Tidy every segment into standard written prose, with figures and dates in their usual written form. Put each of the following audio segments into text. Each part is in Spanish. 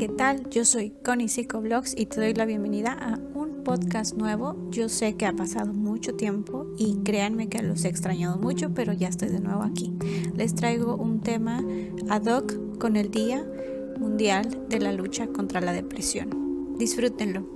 ¿qué tal? Yo soy Connie Psicoblogs y te doy la bienvenida a un podcast nuevo. Yo sé que ha pasado mucho tiempo y créanme que los he extrañado mucho, pero ya estoy de nuevo aquí. Les traigo un tema ad hoc con el Día Mundial de la Lucha contra la Depresión. Disfrútenlo.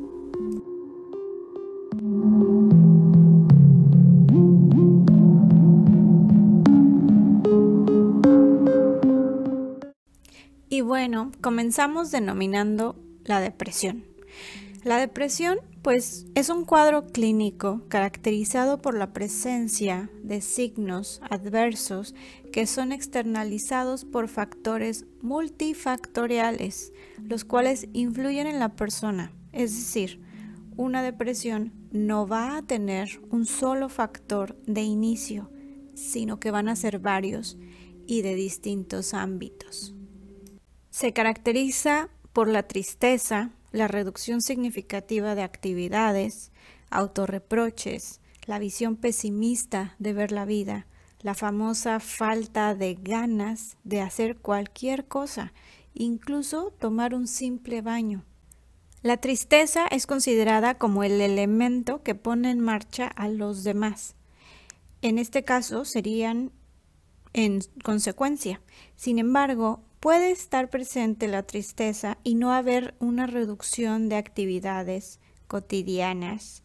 Y bueno, comenzamos denominando la depresión. La depresión, pues, es un cuadro clínico caracterizado por la presencia de signos adversos que son externalizados por factores multifactoriales, los cuales influyen en la persona. Es decir, una depresión no va a tener un solo factor de inicio, sino que van a ser varios y de distintos ámbitos. Se caracteriza por la tristeza, la reducción significativa de actividades, autorreproches, la visión pesimista de ver la vida, la famosa falta de ganas de hacer cualquier cosa, incluso tomar un simple baño. La tristeza es considerada como el elemento que pone en marcha a los demás. En este caso serían en consecuencia. Sin embargo, puede estar presente la tristeza y no haber una reducción de actividades cotidianas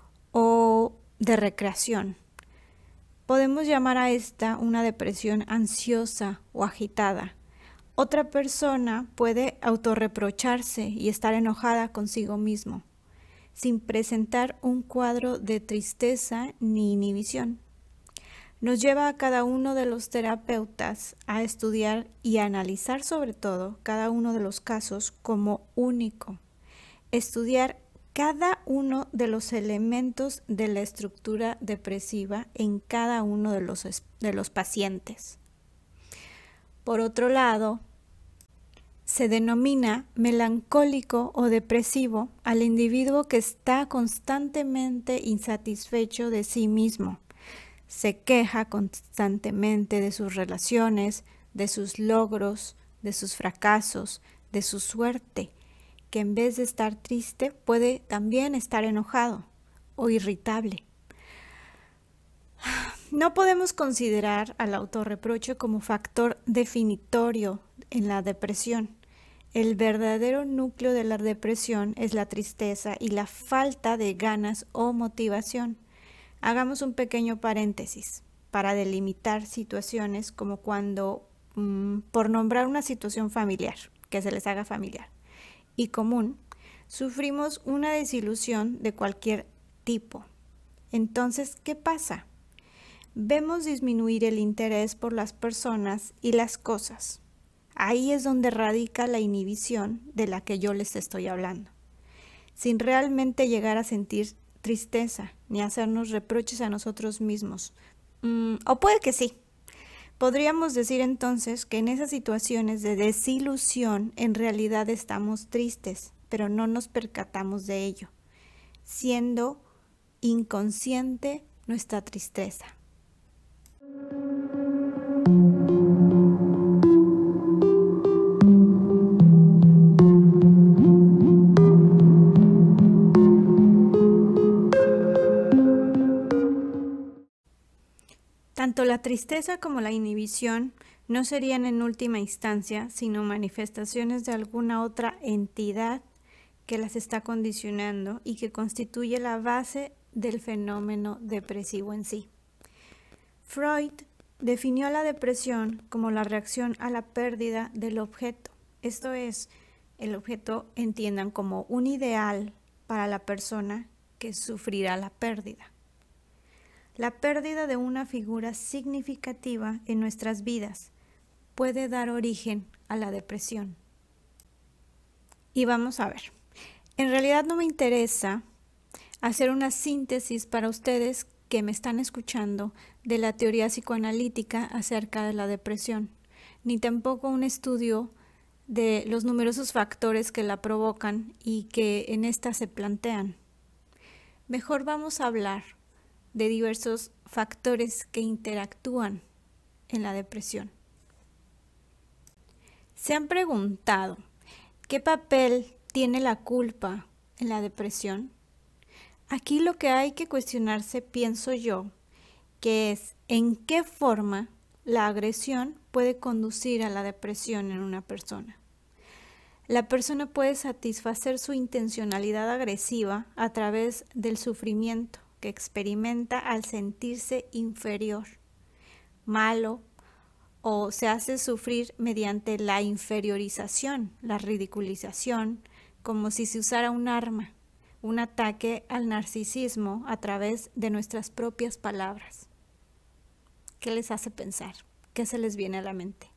o de recreación. Podemos llamar a esta una depresión ansiosa o agitada. Otra persona puede autorreprocharse y estar enojada consigo mismo, sin presentar un cuadro de tristeza ni inhibición. Nos lleva a cada uno de los terapeutas a estudiar y a analizar sobre todo cada uno de los casos como único. Estudiar cada uno de los elementos de la estructura depresiva en cada uno de los pacientes. Por otro lado, se denomina melancólico o depresivo al individuo que está constantemente insatisfecho de sí mismo. Se queja constantemente de sus relaciones, de sus logros, de sus fracasos, de su suerte, que en vez de estar triste puede también estar enojado o irritable. No podemos considerar al autorreproche como factor definitorio en la depresión. El verdadero núcleo de la depresión es la tristeza y la falta de ganas o motivación. Hagamos un pequeño paréntesis para delimitar situaciones como cuando, por nombrar una situación familiar, que se les haga familiar y común, sufrimos una desilusión de cualquier tipo. Entonces, ¿qué pasa? Vemos disminuir el interés por las personas y las cosas. Ahí es donde radica la inhibición de la que yo les estoy hablando, sin realmente llegar a sentir tristeza ni hacernos reproches a nosotros mismos. O puede que sí. Podríamos decir entonces que en esas situaciones de desilusión en realidad estamos tristes, pero no nos percatamos de ello, siendo inconsciente nuestra tristeza. Tanto la tristeza como la inhibición no serían en última instancia sino manifestaciones de alguna otra entidad que las está condicionando y que constituye la base del fenómeno depresivo en sí. Freud definió la depresión como la reacción a la pérdida del objeto. Esto es, el objeto entiendan como un ideal para la persona que sufrirá la pérdida. La pérdida de una figura significativa en nuestras vidas puede dar origen a la depresión. Y vamos a ver, en realidad no me interesa hacer una síntesis para ustedes que me están escuchando de la teoría psicoanalítica acerca de la depresión, ni tampoco un estudio de los numerosos factores que la provocan y que en esta se plantean. Mejor vamos a hablar de diversos factores que interactúan en la depresión. ¿Se han preguntado ¿Qué papel tiene la culpa en la depresión? Aquí lo que hay que cuestionarse, pienso yo, que es en qué forma la agresión puede conducir a la depresión en una persona. La persona puede satisfacer su intencionalidad agresiva a través del sufrimiento que experimenta al sentirse inferior, malo, o se hace sufrir mediante la inferiorización, la ridiculización, como si se usara un arma, un ataque al narcisismo a través de nuestras propias palabras. ¿Qué les hace pensar? ¿Qué se les viene a la mente?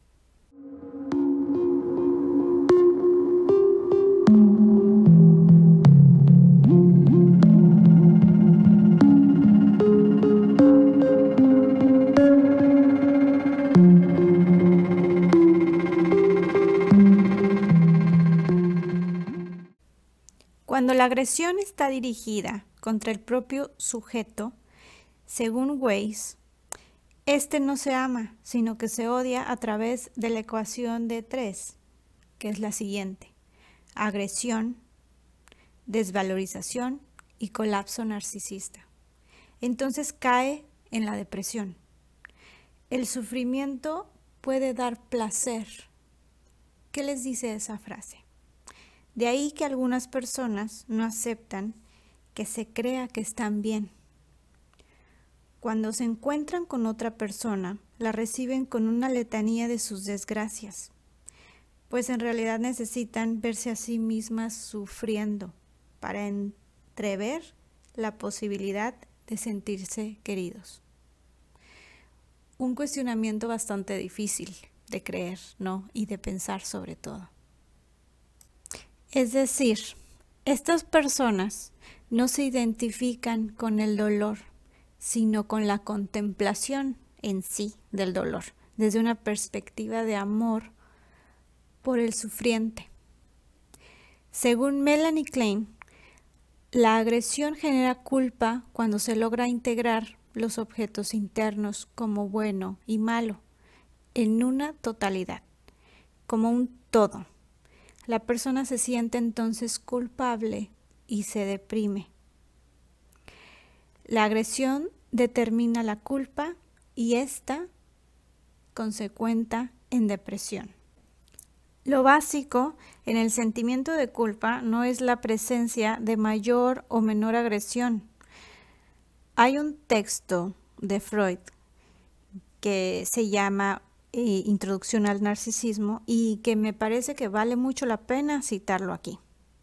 Cuando la agresión está dirigida contra el propio sujeto, según Weiss, este no se ama, sino que se odia a través de la ecuación de 3, que es la siguiente: agresión, desvalorización y colapso narcisista. Entonces cae en la depresión. El sufrimiento puede dar placer. ¿Qué les dice esa frase? De ahí que algunas personas no aceptan que se crea que están bien. Cuando se encuentran con otra persona, la reciben con una letanía de sus desgracias, pues en realidad necesitan verse a sí mismas sufriendo para entrever la posibilidad de sentirse queridos. Un cuestionamiento bastante difícil de creer, ¿no? Y de pensar sobre todo. Es decir, estas personas no se identifican con el dolor, sino con la contemplación en sí del dolor, desde una perspectiva de amor por el sufriente. Según Melanie Klein, la agresión genera culpa cuando se logra integrar los objetos internos como bueno y malo en una totalidad, como un todo. La persona se siente entonces culpable y se deprime. La agresión determina la culpa y esta consecuenta en depresión. Lo básico en el sentimiento de culpa no es la presencia de mayor o menor agresión. Hay un texto de Freud que se llama Introducción al Narcisismo y que me parece que vale mucho la pena citarlo aquí.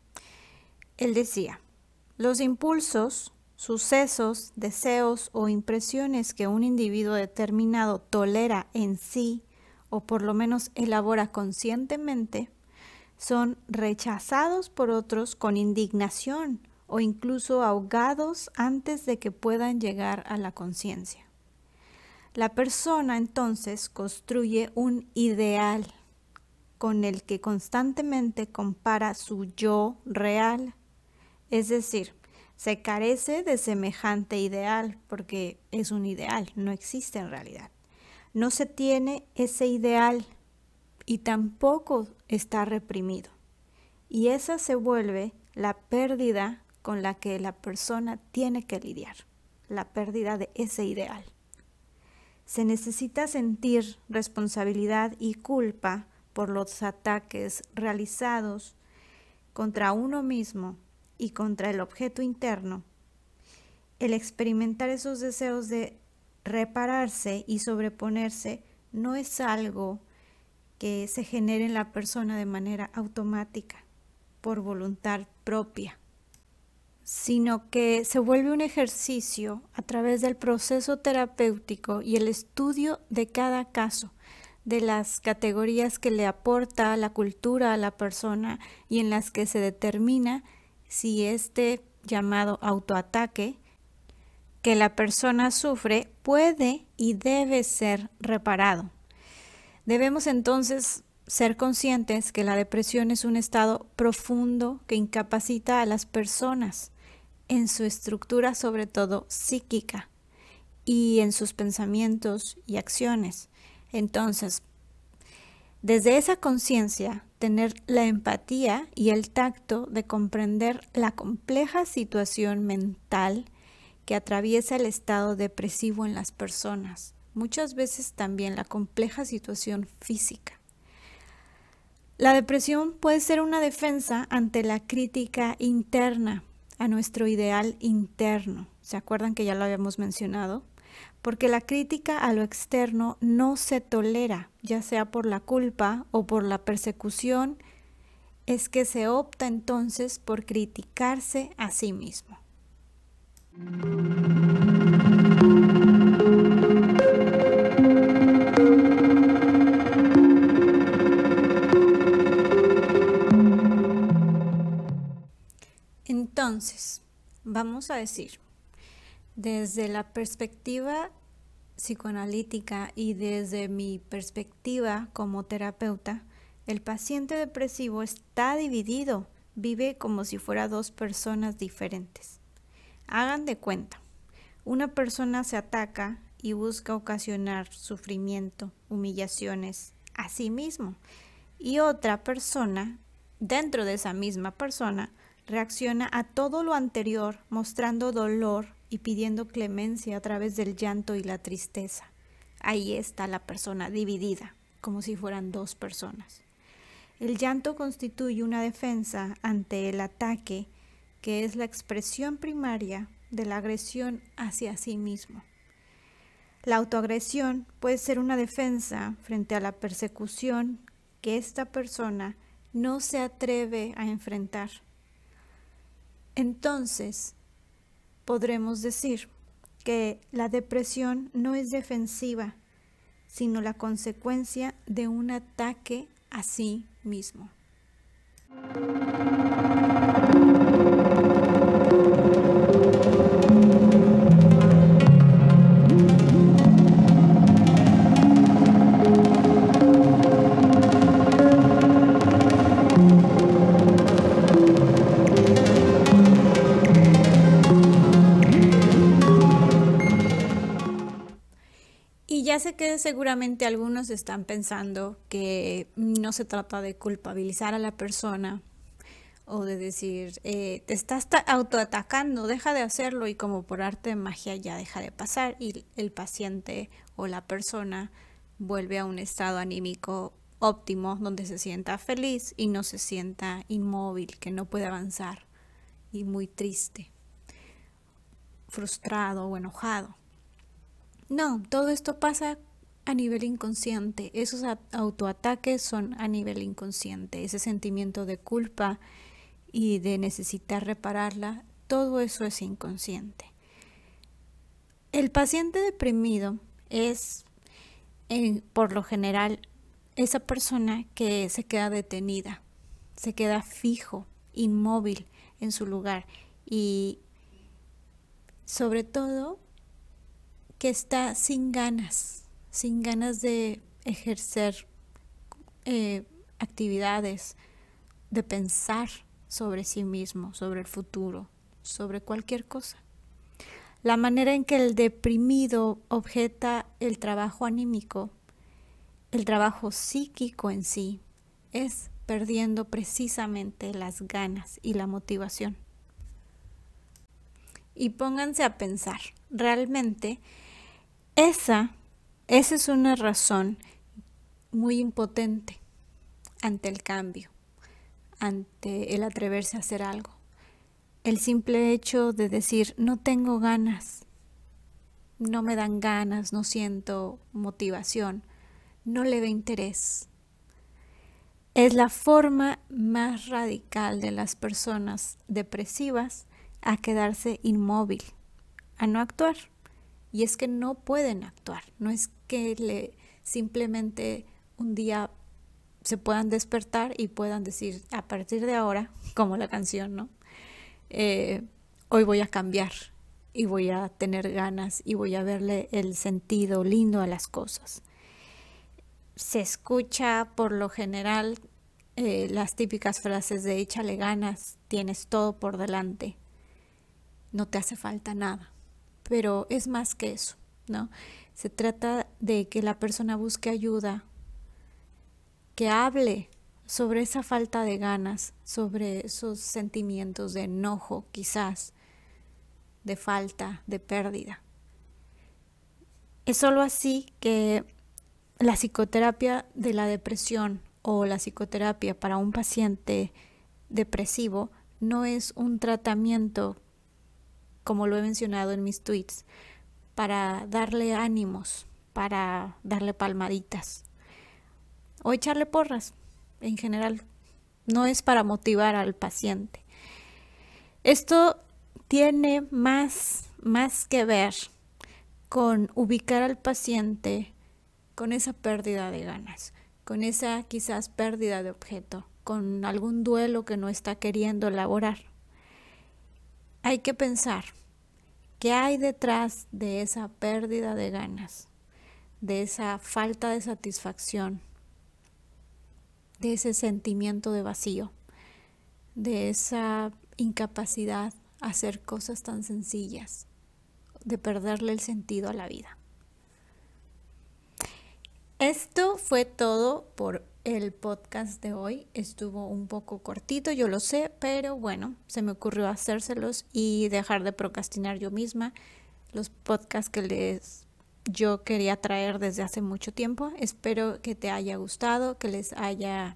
Él decía: los impulsos, sucesos, deseos o impresiones que un individuo determinado tolera en sí o por lo menos elabora conscientemente son rechazados por otros con indignación o incluso ahogados antes de que puedan llegar a la conciencia. La persona entonces construye un ideal con el que constantemente compara su yo real, es decir, se carece de semejante ideal porque es un ideal, no existe en realidad. No se tiene ese ideal y tampoco está reprimido. Y esa se vuelve la pérdida con la que la persona tiene que lidiar, la pérdida de ese ideal. Se necesita sentir responsabilidad y culpa por los ataques realizados contra uno mismo y contra el objeto interno. El experimentar esos deseos de repararse y sobreponerse no es algo que se genere en la persona de manera automática, por voluntad propia, sino que se vuelve un ejercicio a través del proceso terapéutico y el estudio de cada caso, de las categorías que le aporta la cultura a la persona y en las que se determina si este llamado autoataque que la persona sufre puede y debe ser reparado. Debemos entonces ser conscientes que la depresión es un estado profundo que incapacita a las personas en su estructura, sobre todo psíquica, y en sus pensamientos y acciones. Entonces, Desde esa conciencia, tener la empatía y el tacto de comprender la compleja situación mental que atraviesa el estado depresivo en las personas, muchas veces también la compleja situación física. La depresión puede ser una defensa ante la crítica interna a nuestro ideal interno. ¿Se acuerdan que ya lo habíamos mencionado? Porque la crítica a lo externo no se tolera, ya sea por la culpa o por la persecución, es que se opta entonces por criticarse a sí mismo. Entonces, vamos a decir, desde la perspectiva psicoanalítica y desde mi perspectiva como terapeuta, el paciente depresivo está dividido, vive como si fuera dos personas diferentes. Hagan de cuenta, una persona se ataca y busca ocasionar sufrimiento, humillaciones a sí mismo, y otra persona, dentro de esa misma persona, reacciona a todo lo anterior mostrando dolor y pidiendo clemencia a través del llanto y la tristeza. Ahí está la persona dividida, como si fueran dos personas. El llanto constituye una defensa ante el ataque, que es la expresión primaria de la agresión hacia sí mismo. La autoagresión puede ser una defensa frente a la persecución que esta persona no se atreve a enfrentar. Entonces, podremos decir que la depresión no es defensiva, sino la consecuencia de un ataque a sí mismo. Y ya sé que seguramente algunos están pensando que no se trata de culpabilizar a la persona o de decir, te estás autoatacando, deja de hacerlo, y como por arte de magia ya deja de pasar y el paciente o la persona vuelve a un estado anímico óptimo donde se sienta feliz y no se sienta inmóvil, que no puede avanzar y muy triste, frustrado o enojado. No, todo esto pasa a nivel inconsciente. Esos autoataques son a nivel inconsciente. Ese sentimiento de culpa y de necesitar repararla, todo eso es inconsciente. El paciente deprimido es, por lo general, esa persona que se queda detenida, se queda fijo, inmóvil en su lugar y sobre todo que está sin ganas de ejercer actividades, de pensar sobre sí mismo, sobre el futuro, sobre cualquier cosa. La manera en que el deprimido objeta el trabajo anímico, el trabajo psíquico en sí, es perdiendo precisamente las ganas y la motivación. Y pónganse a pensar, realmente esa es una razón muy impotente ante el cambio, ante el atreverse a hacer algo. El simple hecho de decir, no tengo ganas, no me dan ganas, no siento motivación, no le ve interés. Es la forma más radical de las personas depresivas a quedarse inmóvil, a no actuar. Y es que no pueden actuar, no es que simplemente un día se puedan despertar y puedan decir, a partir de ahora, como la canción, ¿no? Hoy voy a cambiar y voy a tener ganas y voy a verle el sentido lindo a las cosas. Se escucha por lo general las típicas frases de échale ganas, tienes todo por delante, no te hace falta nada. Pero es más que eso, ¿no? Se trata de que la persona busque ayuda, que hable sobre esa falta de ganas, sobre esos sentimientos de enojo, quizás, de falta, de pérdida. Es solo así que la psicoterapia de la depresión o la psicoterapia para un paciente depresivo no es un tratamiento, como lo he mencionado en mis tweets, para darle ánimos, para darle palmaditas o echarle porras en general. No es para motivar al paciente. Esto tiene más que ver con ubicar al paciente con esa pérdida de ganas, con esa quizás pérdida de objeto, con algún duelo que no está queriendo elaborar. Hay que pensar qué hay detrás de esa pérdida de ganas, de esa falta de satisfacción, de ese sentimiento de vacío, de esa incapacidad a hacer cosas tan sencillas, de perderle el sentido a la vida. Esto fue todo por el podcast de hoy. Estuvo un poco cortito, yo lo sé, pero bueno, se me ocurrió hacérselos y dejar de procrastinar yo misma los podcasts que yo quería traer desde hace mucho tiempo. Espero que te haya gustado, que les haya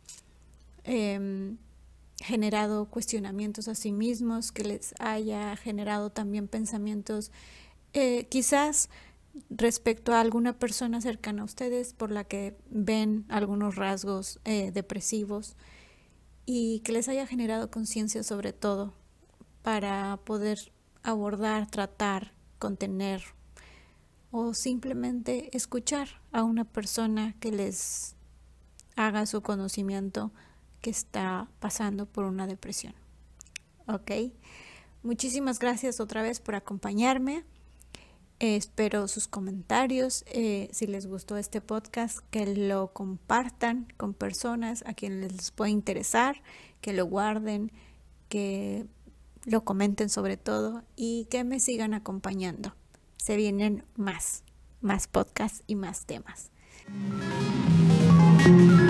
generado cuestionamientos a sí mismos, que les haya generado también pensamientos quizás respecto a alguna persona cercana a ustedes por la que ven algunos rasgos depresivos, y que les haya generado conciencia sobre todo para poder abordar, tratar, contener o simplemente escuchar a una persona que les haga su conocimiento que está pasando por una depresión. ¿Ok? Muchísimas gracias otra vez por acompañarme. Espero sus comentarios. Si les gustó este podcast, que lo compartan con personas a quienes les pueda interesar, que lo guarden, que lo comenten sobre todo y que me sigan acompañando. Se vienen más podcasts y más temas.